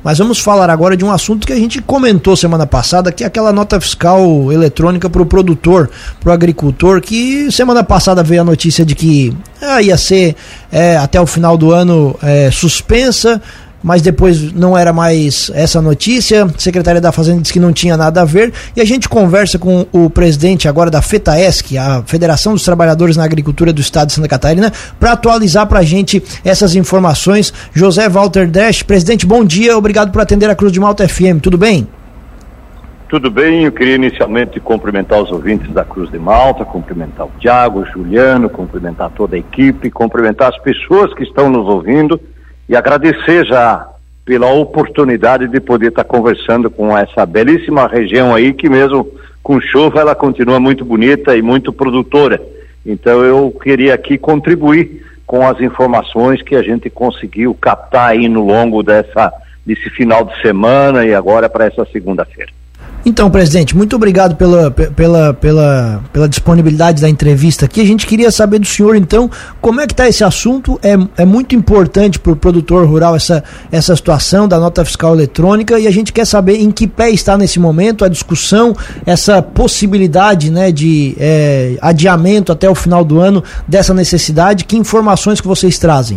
mas vamos falar agora de um assunto que a gente comentou semana passada, que é aquela nota fiscal eletrônica para o produtor, para o agricultor, que semana passada veio a notícia de que ia ser até o final do ano suspensa, mas depois não era mais essa notícia. A Secretaria da Fazenda disse que não tinha nada a ver, e a gente conversa com o presidente agora da FETAESC, a Federação dos Trabalhadores na Agricultura do Estado de Santa Catarina, para atualizar para a gente essas informações. José Walter Dresch, presidente, bom dia, obrigado por atender a Cruz de Malta FM, tudo bem? Tudo bem, eu queria inicialmente cumprimentar os ouvintes da Cruz de Malta, cumprimentar o Thiago, o Juliano, cumprimentar toda a equipe, cumprimentar as pessoas que estão nos ouvindo, e agradecer já pela oportunidade de poder estar conversando com essa belíssima região aí, que mesmo com chuva ela continua muito bonita e muito produtora. Então eu queria aqui contribuir com as informações que a gente conseguiu captar aí no longo desse final de semana e agora para essa segunda-feira. Então, presidente, muito obrigado pela disponibilidade da entrevista aqui. A gente queria saber do senhor, então, como é que está esse assunto. É muito importante para o produtor rural essa situação da nota fiscal eletrônica, e a gente quer saber em que pé está nesse momento a discussão, essa possibilidade, né, de adiamento até o final do ano dessa necessidade. Que informações que vocês trazem?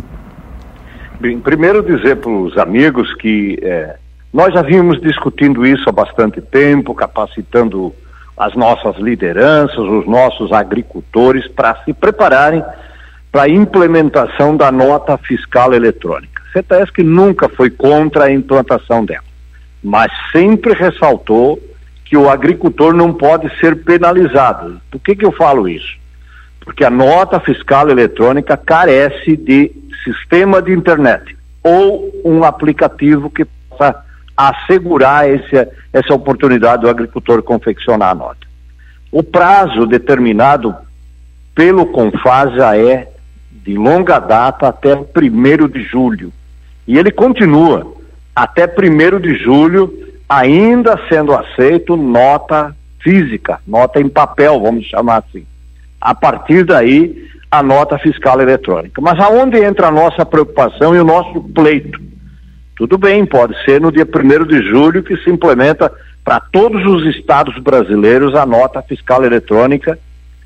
Bem, primeiro dizer para os amigos que nós já vínhamos discutindo isso há bastante tempo, capacitando as nossas lideranças, os nossos agricultores para se prepararem para a implementação da nota fiscal eletrônica. A FETAESC nunca foi contra a implantação dela, mas sempre ressaltou que o agricultor não pode ser penalizado. Por que eu falo isso? Porque a nota fiscal eletrônica carece de sistema de internet ou um aplicativo que possa assegurar essa oportunidade do agricultor confeccionar a nota. O prazo determinado pelo CONFAS já é de longa data até 1º de julho. E ele continua até 1º de julho, ainda sendo aceito nota física, nota em papel, vamos chamar assim. A partir daí, a nota fiscal eletrônica. Mas aonde entra a nossa preocupação e o nosso pleito? Tudo bem, pode ser no dia 1º de julho que se implementa para todos os estados brasileiros a nota fiscal eletrônica,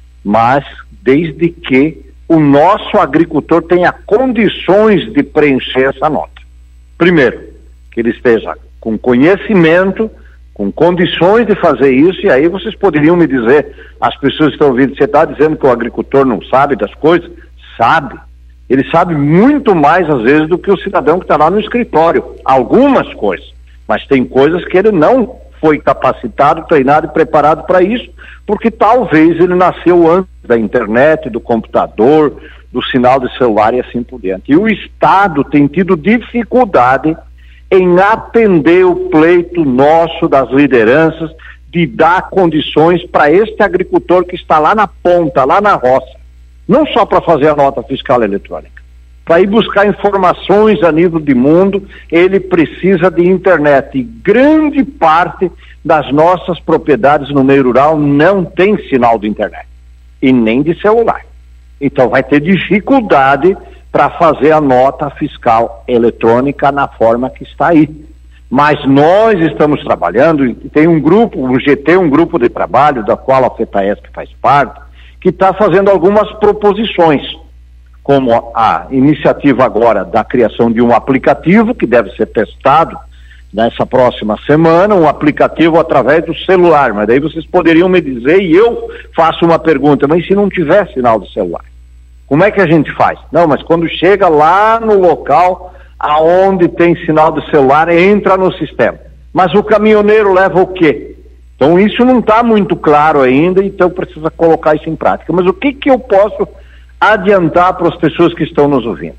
mas desde que o nosso agricultor tenha condições de preencher essa nota. Primeiro, que ele esteja com conhecimento, com condições de fazer isso, e aí vocês poderiam me dizer, as pessoas que estão ouvindo, você está dizendo que o agricultor não sabe das coisas? Sabe. Ele sabe muito mais, às vezes, do que o cidadão que está lá no escritório. Algumas coisas. Mas tem coisas que ele não foi capacitado, treinado e preparado para isso, porque talvez ele nasceu antes da internet, do computador, do sinal de celular e assim por diante. E o Estado tem tido dificuldade em atender o pleito nosso das lideranças de dar condições para este agricultor que está lá na ponta, lá na roça. Não só para fazer a nota fiscal eletrônica, para ir buscar informações a nível de mundo, ele precisa de internet. E grande parte das nossas propriedades no meio rural não tem sinal de internet e nem de celular. Então vai ter dificuldade para fazer a nota fiscal eletrônica na forma que está aí. Mas nós estamos trabalhando, e tem um grupo, um GT, um grupo de trabalho, da qual a FETAESC faz parte, que está fazendo algumas proposições, como a iniciativa agora da criação de um aplicativo que deve ser testado nessa próxima semana, um aplicativo através do celular. Mas daí vocês poderiam me dizer, e eu faço uma pergunta, mas se não tiver sinal de celular, como é que a gente faz? Não, mas quando chega lá no local aonde tem sinal de celular, entra no sistema. Mas o caminhoneiro leva o quê? Então isso não está muito claro ainda, então precisa colocar isso em prática. Mas o que eu posso adiantar para as pessoas que estão nos ouvindo?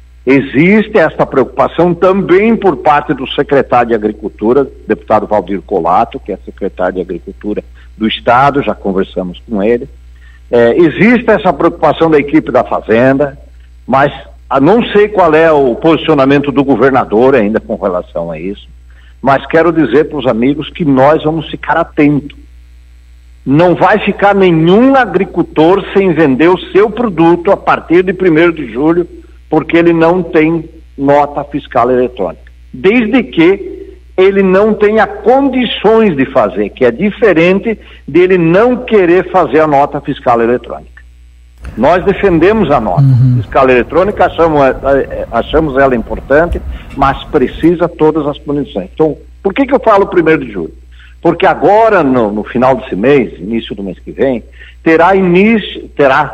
Existe esta preocupação também por parte do secretário de Agricultura, deputado Valdir Colato, que é secretário de Agricultura do Estado, já conversamos com ele. Existe essa preocupação da equipe da Fazenda, mas não sei qual é o posicionamento do governador ainda com relação a isso. Mas quero dizer para os amigos que nós vamos ficar atentos. Não vai ficar nenhum agricultor sem vender o seu produto a partir de 1º de julho, porque ele não tem nota fiscal eletrônica. Desde que ele não tenha condições de fazer, que é diferente dele não querer fazer a nota fiscal eletrônica. Nós defendemos a nota fiscal eletrônica, achamos ela importante, mas precisa todas as condições. Então, por que eu falo 1º de julho? Porque agora, no final desse mês, início do mês que vem, terá início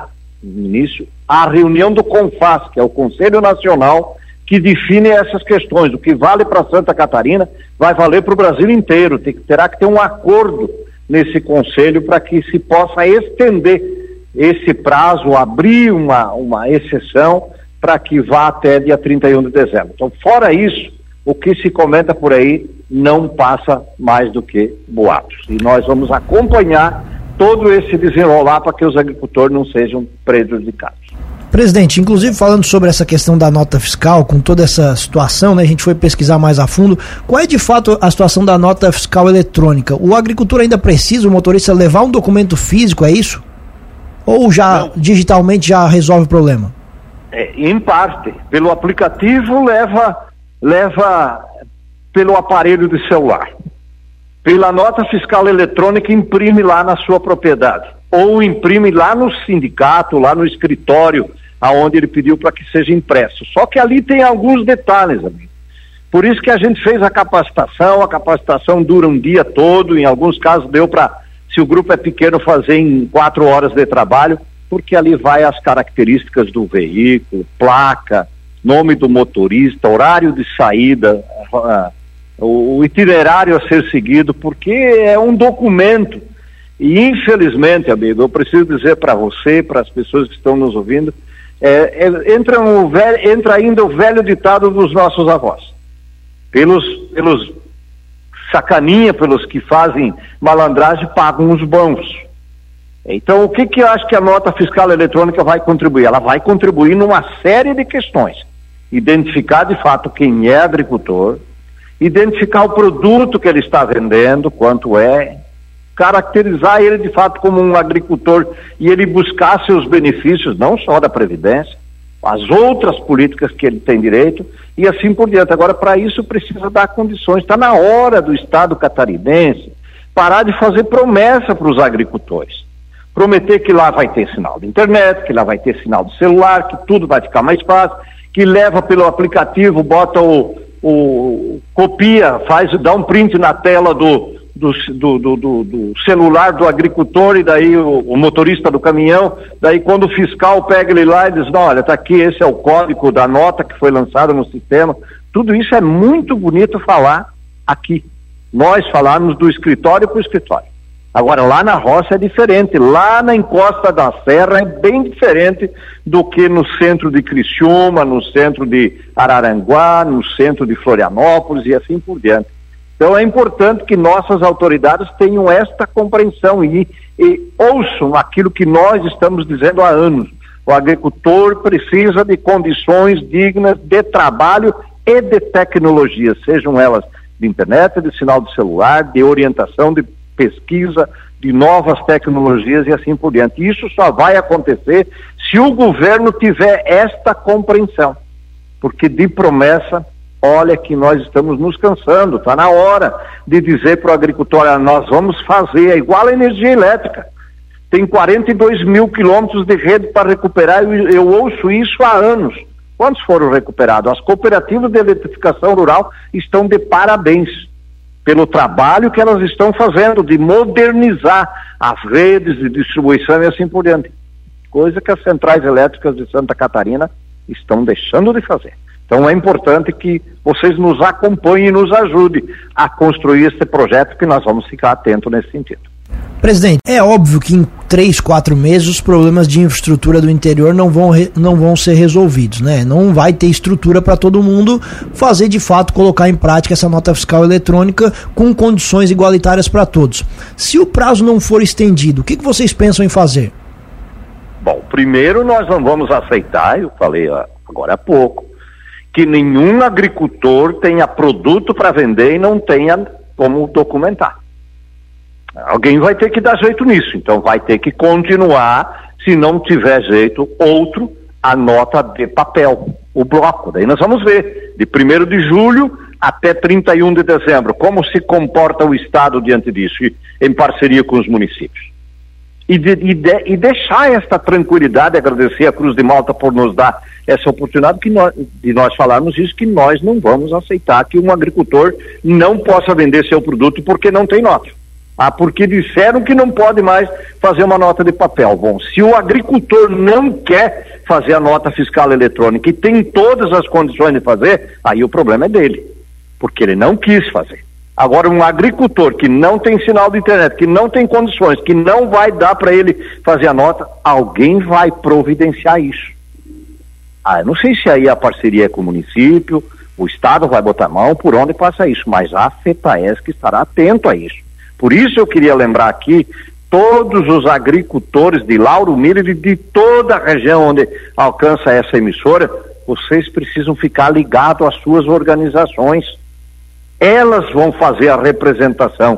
a reunião do CONFAS, que é o Conselho Nacional, que define essas questões. O que vale para Santa Catarina vai valer para o Brasil inteiro. Terá que ter um acordo nesse conselho para que se possa estender esse prazo, abrir uma exceção para que vá até dia 31 de dezembro. Então, fora isso, o que se comenta por aí não passa mais do que boatos. E nós vamos acompanhar todo esse desenrolar para que os agricultores não sejam prejudicados. Presidente, inclusive falando sobre essa questão da nota fiscal, com toda essa situação, né, a gente foi pesquisar mais a fundo, qual é de fato a situação da nota fiscal eletrônica? O agricultor ainda precisa, o motorista, levar um documento físico, é isso? Ou já digitalmente já resolve o problema? Em parte. Pelo aplicativo leva pelo aparelho de celular. Pela nota fiscal eletrônica imprime lá na sua propriedade. Ou imprime lá no sindicato, lá no escritório, aonde ele pediu para que seja impresso. Só que ali tem alguns detalhes, amigo. Por isso que a gente fez a capacitação dura um dia todo, em alguns casos deu para, se o grupo é pequeno, fazer em 4 horas de trabalho, porque ali vai as características do veículo, placa, nome do motorista, horário de saída, o itinerário a ser seguido, porque é um documento. E infelizmente, amigo, eu preciso dizer para você, para as pessoas que estão nos ouvindo, entra ainda o velho ditado dos nossos avós. Pelos sacaninha, pelos que fazem malandragem, pagam os bons. Então, o que eu acho que a nota fiscal eletrônica vai contribuir? Ela vai contribuir numa série de questões. Identificar de fato quem é agricultor, identificar o produto que ele está vendendo, quanto é, caracterizar ele de fato como um agricultor e ele buscar seus benefícios, não só da Previdência, as outras políticas que ele tem direito e assim por diante. Agora, para isso precisa dar condições. Está na hora do Estado catarinense parar de fazer promessa para os agricultores. Prometer que lá vai ter sinal de internet, que lá vai ter sinal de celular, que tudo vai ficar mais fácil, que leva pelo aplicativo, bota copia, dá um print na tela do celular do agricultor e daí o motorista do caminhão, daí quando o fiscal pega ele lá e diz, não, olha, tá aqui, esse é o código da nota que foi lançada no sistema. Tudo isso é muito bonito falar aqui. Nós falarmos do escritório para o escritório. Agora, lá na roça é diferente, lá na encosta da serra é bem diferente do que no centro de Criciúma, no centro de Araranguá, no centro de Florianópolis e assim por diante. Então é importante que nossas autoridades tenham esta compreensão e ouçam aquilo que nós estamos dizendo há anos. O agricultor precisa de condições dignas de trabalho e de tecnologia, sejam elas de internet, de sinal de celular, de orientação, de pesquisa, de novas tecnologias e assim por diante. Isso só vai acontecer se o governo tiver esta compreensão, porque de promessa, olha que nós estamos nos cansando, está na hora de dizer para o agricultor, nós vamos fazer, é igual a energia elétrica, tem 42 mil quilômetros de rede para recuperar, eu ouço isso há anos. Quantos foram recuperados? As cooperativas de eletrificação rural estão de parabéns pelo trabalho que elas estão fazendo de modernizar as redes de distribuição e assim por diante. Coisa que as centrais elétricas de Santa Catarina estão deixando de fazer. Então é importante que vocês nos acompanhem e nos ajudem a construir esse projeto, que nós vamos ficar atentos nesse sentido. Presidente, é óbvio que em 3-4 meses os problemas de infraestrutura do interior não vão ser resolvidos, né? Não vai ter estrutura para todo mundo fazer de fato, colocar em prática essa nota fiscal eletrônica com condições igualitárias para todos. Se o prazo não for estendido, o que vocês pensam em fazer? Bom, primeiro nós não vamos aceitar, eu falei agora há pouco, que nenhum agricultor tenha produto para vender e não tenha como documentar. Alguém vai ter que dar jeito nisso, então vai ter que continuar, se não tiver jeito, a nota de papel, o bloco. Daí nós vamos ver, de 1º de julho até 31 de dezembro. Como se comporta o Estado diante disso, em parceria com os municípios? E deixar esta tranquilidade, agradecer a Cruz de Malta por nos dar essa oportunidade de nós falarmos isso, que nós não vamos aceitar que um agricultor não possa vender seu produto porque não tem nota. Porque disseram que não pode mais fazer uma nota de papel. Bom, se o agricultor não quer fazer a nota fiscal eletrônica e tem todas as condições de fazer, aí o problema é dele, porque ele não quis fazer. Agora, um agricultor que não tem sinal de internet, que não tem condições, que não vai dar para ele fazer a nota, alguém vai providenciar isso. Eu não sei se aí a parceria é com o município, o Estado vai botar a mão, por onde passa isso, mas a FETAESC estará atento a isso. Por isso eu queria lembrar aqui, todos os agricultores de Lauro Miller e de toda a região onde alcança essa emissora, vocês precisam ficar ligados às suas organizações. Elas vão fazer a representação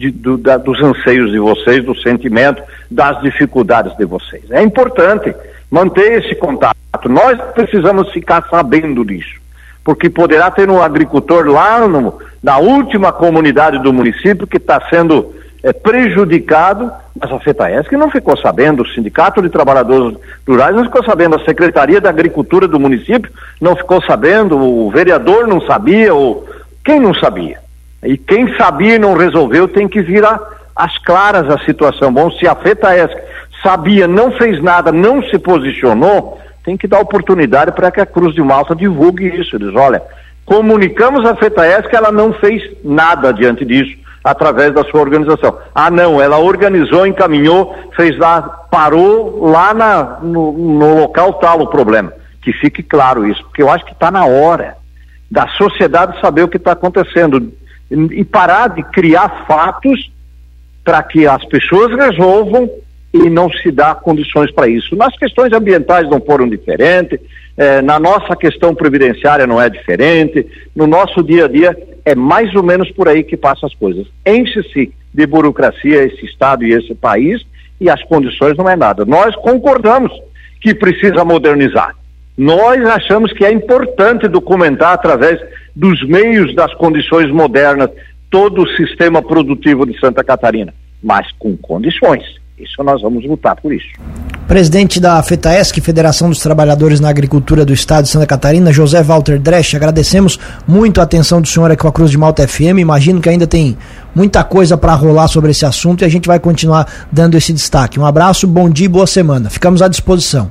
dos anseios de vocês, do sentimento, das dificuldades de vocês. É importante manter esse contato. Nós precisamos ficar sabendo disso, porque poderá ter um agricultor lá na última comunidade do município que está sendo prejudicado, mas a FETAESC não ficou sabendo, o Sindicato de Trabalhadores Rurais não ficou sabendo, a Secretaria da Agricultura do município não ficou sabendo, o vereador não sabia, quem não sabia? E quem sabia e não resolveu tem que vir às claras a situação. Bom, se a FETAESC sabia, não fez nada, não se posicionou, tem que dar oportunidade para que a Cruz de Malta divulgue isso. Eles, olha, comunicamos a FETAESC, ela não fez nada diante disso, através da sua organização. Não, ela organizou, encaminhou, fez lá, parou lá no local tal o problema. Que fique claro isso, porque eu acho que está na hora da sociedade saber o que está acontecendo e parar de criar fatos para que as pessoas resolvam e não se dá condições para isso. Nas questões ambientais não foram diferentes, na nossa questão previdenciária não é diferente, no nosso dia a dia é mais ou menos por aí que passam as coisas. Enche-se de burocracia esse Estado e esse país e as condições não é nada. Nós concordamos que precisa modernizar. Nós achamos que é importante documentar através dos meios das condições modernas todo o sistema produtivo de Santa Catarina, mas com condições. Isso nós vamos lutar por isso. Presidente da FETAESC, Federação dos Trabalhadores na Agricultura do Estado de Santa Catarina, José Walter Dresch, agradecemos muito a atenção do senhor aqui com a Cruz de Malta FM. Imagino que ainda tem muita coisa para rolar sobre esse assunto e a gente vai continuar dando esse destaque. Um abraço, bom dia e boa semana. Ficamos à disposição.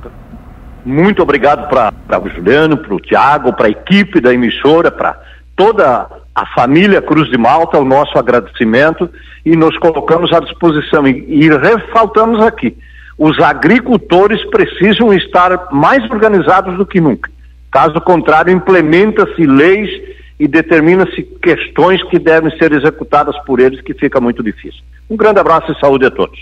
Muito obrigado para o Juliano, para o Tiago, para a equipe da emissora, para toda a família Cruz de Malta, o nosso agradecimento, e nos colocamos à disposição e ressaltamos aqui, os agricultores precisam estar mais organizados do que nunca. Caso contrário, implementa-se leis e determina-se questões que devem ser executadas por eles, que fica muito difícil. Um grande abraço e saúde a todos.